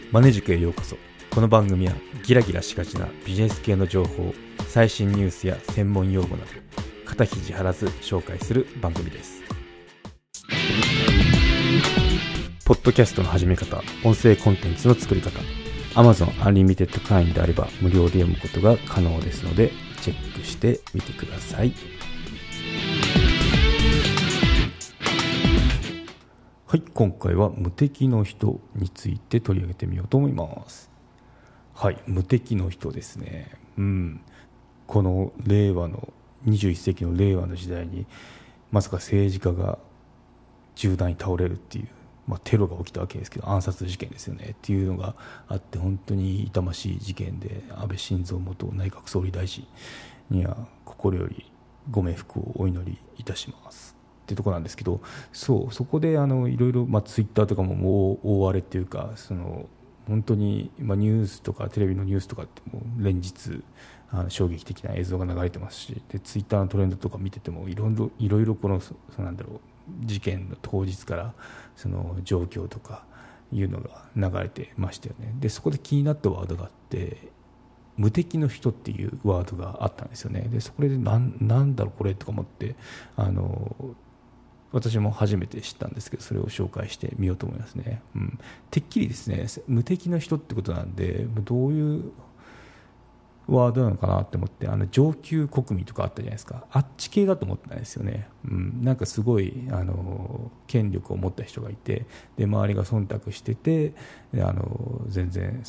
マネ塾へようこそ。この番組はギラギラしがちなビジネス系の情報、最新ニュースや専門用語など肩肘張らず紹介する番組です。ポッドキャストの始め方、音声コンテンツの作り方、 Amazon Unlimited 会員であれば無料で読むことが可能ですのでチェックしてみてください。はい、今回は無敵の人について取り上げてみようと思います。はい、無敵の人ですね。この令和の21世紀の令和の時代にまさか政治家が銃弾に倒れるっていう、テロが起きたわけですけど、暗殺事件ですよねっていうのがあって、本当に痛ましい事件で、安倍晋三元内閣総理大臣には心よりご冥福をお祈りいたしますってとこなんですけど、そこでいろいろツイッターとかも大荒れっていうか、本当にニュースとかテレビのニュースとかってもう連日衝撃的な映像が流れてますし、でツイッターのトレンドとか見ててもいろいろこの事件の当日からその状況とかいうのが流れてましたよね。でそこで気になったワードがあって、無敵の人っていうワードがあったんですよね。でそこでなんだろうこれとか思って、私も初めて知ったんですけど、それを紹介してみようと思いますね。てっきりですね、無敵の人ってことなんで、どういうワードなのかなって思って、上級国民とかあったじゃないですか、あっち系だと思ってないですよね。なんかすごい権力を持った人がいて、で周りが忖度してて、全然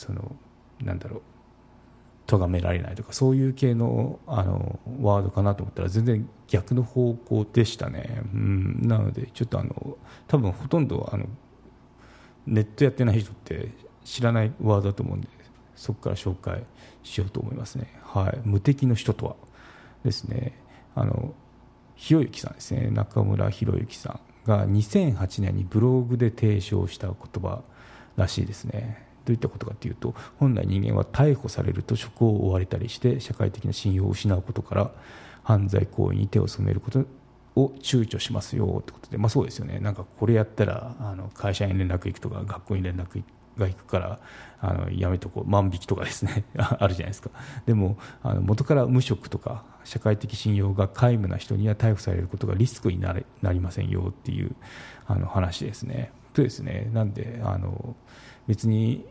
咎められないとか、そういう系のワードかなと思ったら全然逆の方向でしたね。なのでちょっと多分ほとんどネットやってない人って知らないワードだと思うんで、そこから紹介しようと思いますね。はい、無敵の人とはですね、ひろゆきさんですね、中村ひろゆきさんが2008年にブログで提唱した言葉らしいですね。どういったことかというと、本来人間は逮捕されると職を追われたりして社会的な信用を失うことから犯罪行為に手を染めることを躊躇しますよってことで、そうですよね。なんかこれやったら会社に連絡行くとか学校に連絡が行くからやめとこう、万引きとかですねあるじゃないですか。でも元から無職とか社会的信用が皆無な人には逮捕されることがリスクになりませんよっていう話ですね。とですね、なんで別に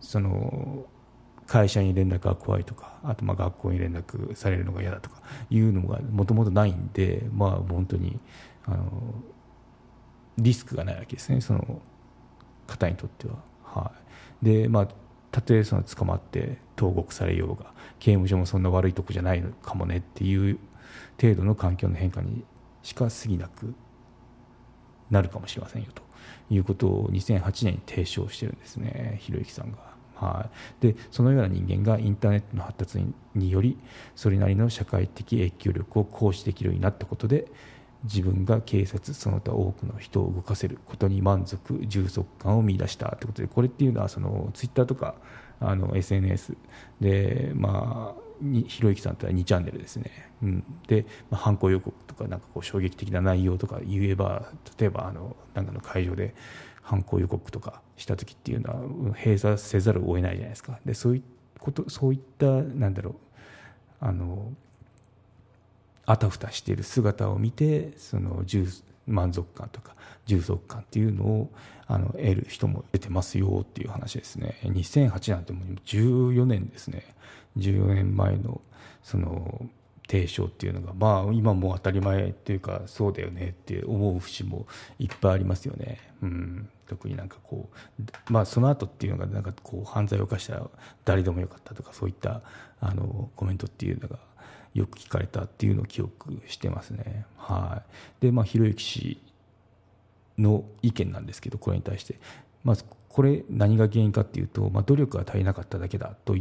会社に連絡が怖いとか、あと学校に連絡されるのが嫌だとかいうのがもともとないんで、本当にリスクがないわけですね、その方にとっては。でたとえ捕まって投獄されようが、刑務所もそんな悪いとこじゃないのかもねっていう程度の環境の変化にしか過ぎなくなるかもしれませんよということを2008年に提唱してるんですね、ひろゆきさんが。でそのような人間がインターネットの発達によりそれなりの社会的影響力を行使できるようになったことで、自分が警察その他多くの人を動かせることに満足充足感を見出したということで、これっていうのはツイッターとかSNS でひろゆきさんとは2チャンネルですね。で、犯行予告とか衝撃的な内容とか言えば、例えばなんかの会場で犯行予告とかした時っていうのは閉鎖せざるを得ないじゃないですか。でそういったあたふたしている姿を見て満足感とか充足感っていうのを得る人も出てますよっていう話ですね。2008なんてもう14年ですね。14年前の提唱っていうのが今もう当たり前っていうか、そうだよねって思う節もいっぱいありますよね。特にその後っていうのが犯罪を犯したら誰でもよかったとか、そういったコメントっていうのがよく聞かれたっていうのを記憶してますね。でひろゆき氏の意見なんですけど、これに対してこれ何が原因かっていうと、努力が足りなかっただけだと言って、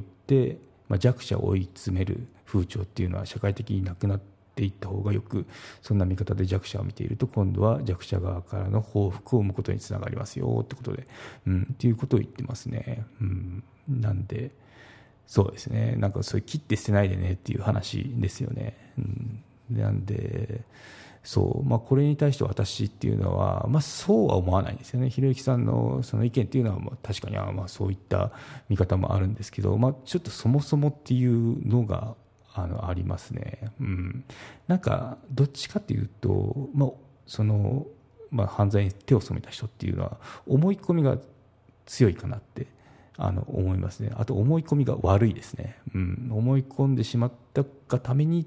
弱者を追い詰める風潮っていうのは社会的になくなっていった方がよく、そんな見方で弱者を見ていると今度は弱者側からの報復を生むことにつながりますよってことで、っていうことを言ってますね。なんでそうですね、それ切って捨てないでねっていう話ですよね。なんでそう、これに対して私っていうのは、そうは思わないんですよね。ひろゆきさんのその意見っていうのは確かにそういった見方もあるんですけど、ちょっとそもそもっていうのがありますね。なんかどっちかっていうと、犯罪に手を染めた人っていうのは思い込みが強いかなって思いますね。あと思い込みが悪いですね。思い込んでしまったがために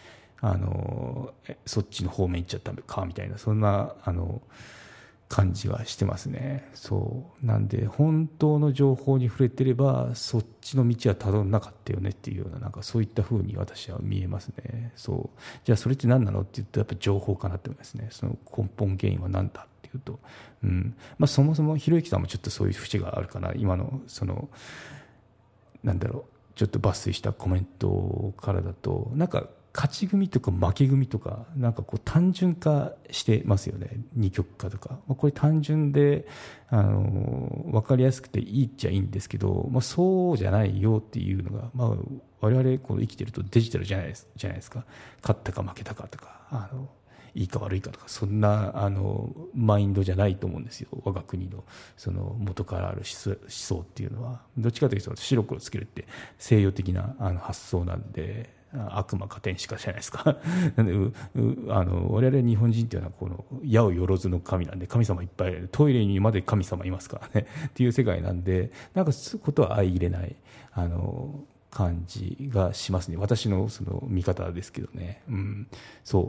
そっちの方面行っちゃったかみたいな、そんな感じはしてますね。そうなんで、本当の情報に触れてればそっちの道はたどらなかったよねっていうような、なんかそういった風に私は見えますね。そうじゃあそれって何なのって言うと、やっぱり情報かなって思いますね。その根本原因は何だっていうと、そもそもひろゆきさんもちょっとそういう節があるかな。今のなんだろう、ちょっと抜粋したコメントからだと、なんか勝ち組とか負け組とか、なんかこう単純化してますよね。二極化とか、これ単純で分かりやすくていいっちゃいいんですけど、そうじゃないよっていうのが、我々こう生きてるとデジタルじゃないですか。勝ったか負けたかとか、いいか悪いかとか、そんなマインドじゃないと思うんですよ。我が国のその元からある思想っていうのは、どっちかというと白黒つけるって西洋的な発想なんで、悪魔か天使かじゃないですか。なんで我々日本人っていうのはこの矢をよろずの神なんで、神様いっぱい、トイレにまで神様いますからねっていう世界なんで、なんかそういうことは相入れない感じがしますね。私のその見方ですけどね。そう、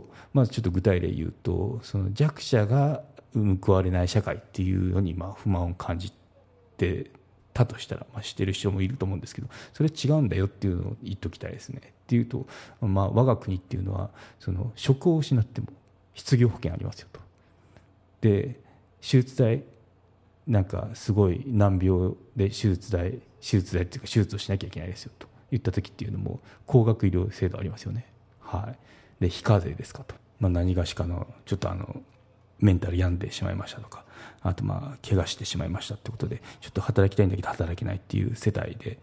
ちょっと具体例言うと、その弱者が報われない社会っていうのに不満を感じてたとしたら、してる人もいると思うんですけど、それ違うんだよっていうのを言っときたいですね。っていうと、我が国っていうのはその職を失っても失業保険ありますよと。で手術代なんかすごい難病で手術代っていうか手術をしなきゃいけないですよと言った時っていうのも高額医療制度ありますよね。で非課税ですかと、何がしかのちょっとメンタル病んでしまいましたとか、あと怪我してしまいましたってことでちょっと働きたいんだけど働けないっていう世帯で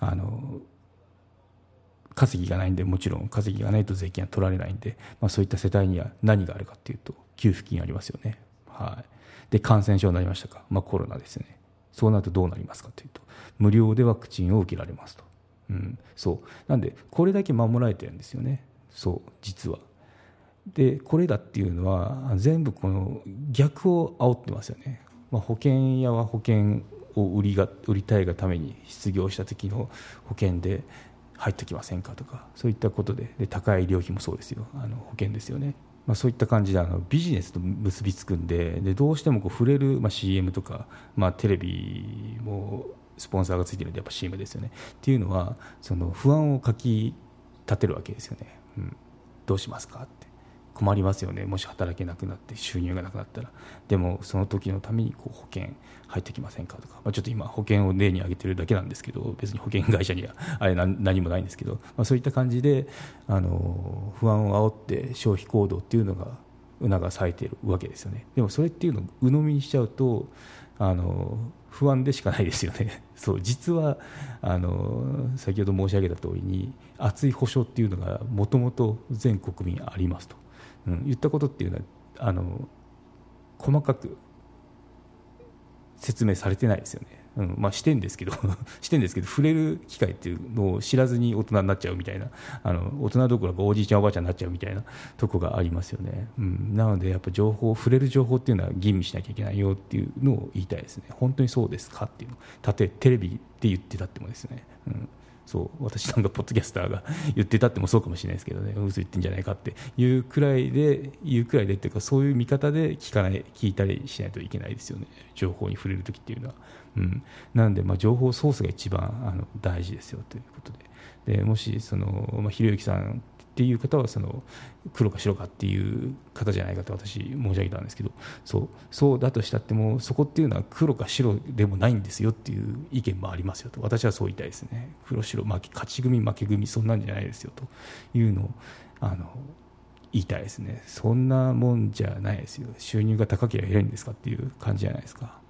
稼ぎがないんで、もちろん稼ぎがないと税金は取られないんで、そういった世帯には何があるかっていうと給付金ありますよね。で感染症になりましたか、コロナですね。そうなるとどうなりますかというと、無料でワクチンを受けられますと。そうなんでこれだけ守られてるんですよね。そう実は。でこれだっていうのは全部この逆を煽ってますよね。保険屋は保険を売りたいがために失業した時の保険で入ってきませんかとか、そういったことで、高い医療費もそうですよ、保険ですよね。そういった感じでビジネスと結びつくんで、どうしてもこう触れる、CM とか、テレビもスポンサーがついてるんでやっぱ CM ですよね。っていうのはその不安をかき立てるわけですよね。どうしますかって困りますよね。もし働けなくなって収入がなくなったら。でもその時のためにこう保険入ってきませんかとか、ちょっと今保険を例に挙げてるだけなんですけど、別に保険会社には何もないんですけど、そういった感じで不安を煽って消費行動っていうのが促されているわけですよね。でもそれっていうのを鵜呑みにしちゃうと不安でしかないですよね。そう実は先ほど申し上げた通りに厚い保障っていうのがもともと全国民ありますと、言ったことっていうのは細かく説明されてないですよね。してんですけど触れる機会っていうのを知らずに大人になっちゃうみたいな、大人どころかおじいちゃんおばあちゃんになっちゃうみたいなとこがありますよね。なのでやっぱ触れる情報っていうのは吟味しなきゃいけないよっていうのを言いたいですね。本当にそうですかっていうの、例えテレビって言ってたってもですね、そう私なんかポッドキャスターが言ってたってもそうかもしれないですけどね、嘘言ってんじゃないかっていうくらいでっていうか、そういう見方で聞いたりしないといけないですよね、情報に触れるときっていうのは。なので情報ソースが一番大事ですよということで、もしひろゆきさんっていう方は黒か白かっていう方じゃないかと私申し上げたんですけど、そうだとしたってもそこっていうのは黒か白でもないんですよっていう意見もありますよと、私はそう言いたいですね。黒白勝ち組負け組そんなんじゃないですよというのを言いたいですね。そんなもんじゃないですよ。収入が高ければいいんですかっていう感じじゃないですか。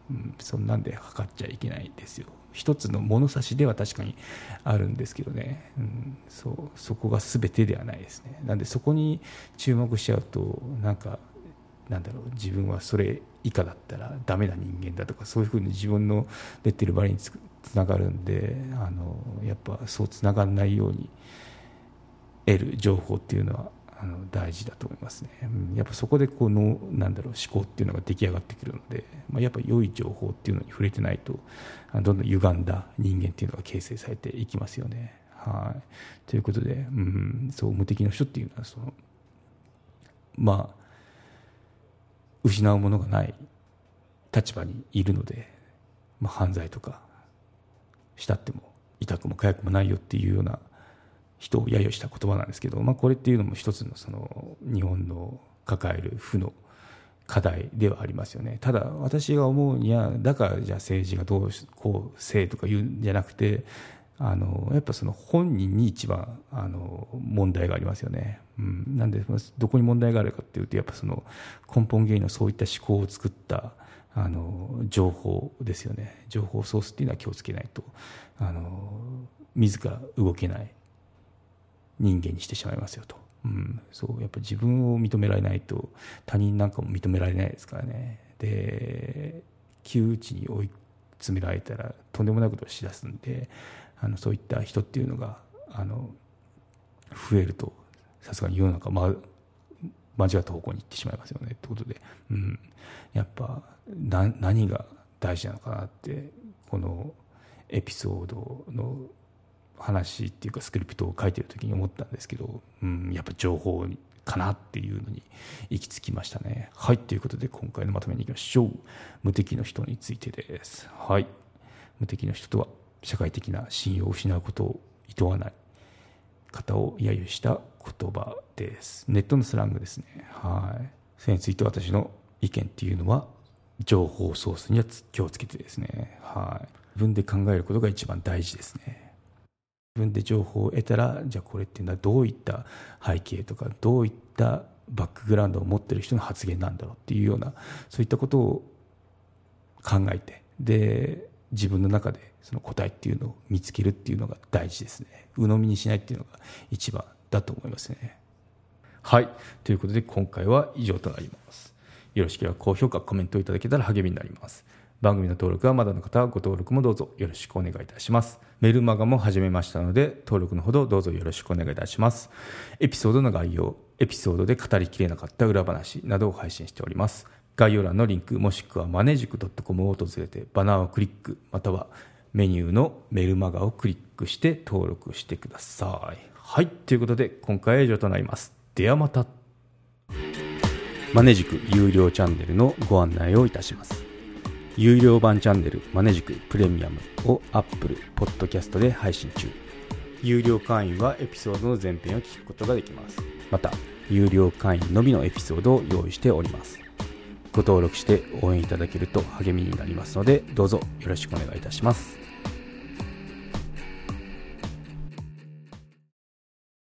そんなんで測っちゃいけないですよ。一つの物差しでは確かにあるんですけどね、そこが全てではないですね。なんでそこに注目しちゃうと自分はそれ以下だったらダメな人間だとか、そういうふうに自分のレッテル貼りにつながるんで、やっぱそうつながらないように得る情報っていうのは大事だと思いますね。やっぱそこで思考っていうのが出来上がってくるので、やっぱ良い情報っていうのに触れてないとどんどん歪んだ人間っていうのが形成されていきますよね。ということで、そう無敵の人っていうのは失うものがない立場にいるので、犯罪とかしたっても痛くも痒くもないよっていうような人を揶揄した言葉なんですけど、これっていうのも一つの日本の抱える負の課題ではありますよね。ただ私が思うには、だからじゃあ政治がこうせいとか言うんじゃなくて、やっぱ本人に一番問題がありますよね。なんでどこに問題があるかっていうと、やっぱ根本原因のそういった思考を作った情報ですよね。情報ソースっていうのは気をつけないと自ら動けない人間にしてしまいますよと。やっぱ自分を認められないと他人なんかも認められないですからね。で窮地に追い詰められたらとんでもないことをしだすんで、そういった人っていうのが増えると、さすがに世の中間違った方向に行ってしまいますよねってことで、やっぱ何が大事なのかなって、このエピソードの話っていうかスクリプトを書いてる時に思ったんですけど、やっぱ情報かなっていうのに行き着きましたね。ということで今回のまとめに行きましょう。無敵の人についてです。無敵の人とは社会的な信用を失うことを厭わない方を揶揄した言葉です。ネットのスラングですね。それについて私の意見っていうのは、情報ソースには気をつけてですね、自分で考えることが一番大事ですね。自分で情報を得たら、じゃあこれっていうのはどういった背景とかどういったバックグラウンドを持っている人の発言なんだろうっていうような、そういったことを考えて、で自分の中でその答えっていうのを見つけるっていうのが大事ですね。鵜呑みにしないっていうのが一番だと思いますね。ということで今回は以上となります。よろしければ高評価コメントいただけたら励みになります。番組の登録はまだの方はご登録もどうぞよろしくお願いいたします。メルマガも始めましたので、登録のほどどうぞよろしくお願いいたします。エピソードの概要、エピソードで語りきれなかった裏話などを配信しております。概要欄のリンクもしくはマネジク .com を訪れてバナーをクリック、またはメニューのメルマガをクリックして登録してください。ということで今回は以上となります。ではまた。マネジク有料チャンネルのご案内をいたします。有料版チャンネルマネジクプレミアムを Apple Podcast で配信中。有料会員はエピソードの前編を聞くことができます。また有料会員のみのエピソードを用意しております。ご登録して応援いただけると励みになりますので、どうぞよろしくお願いいたします。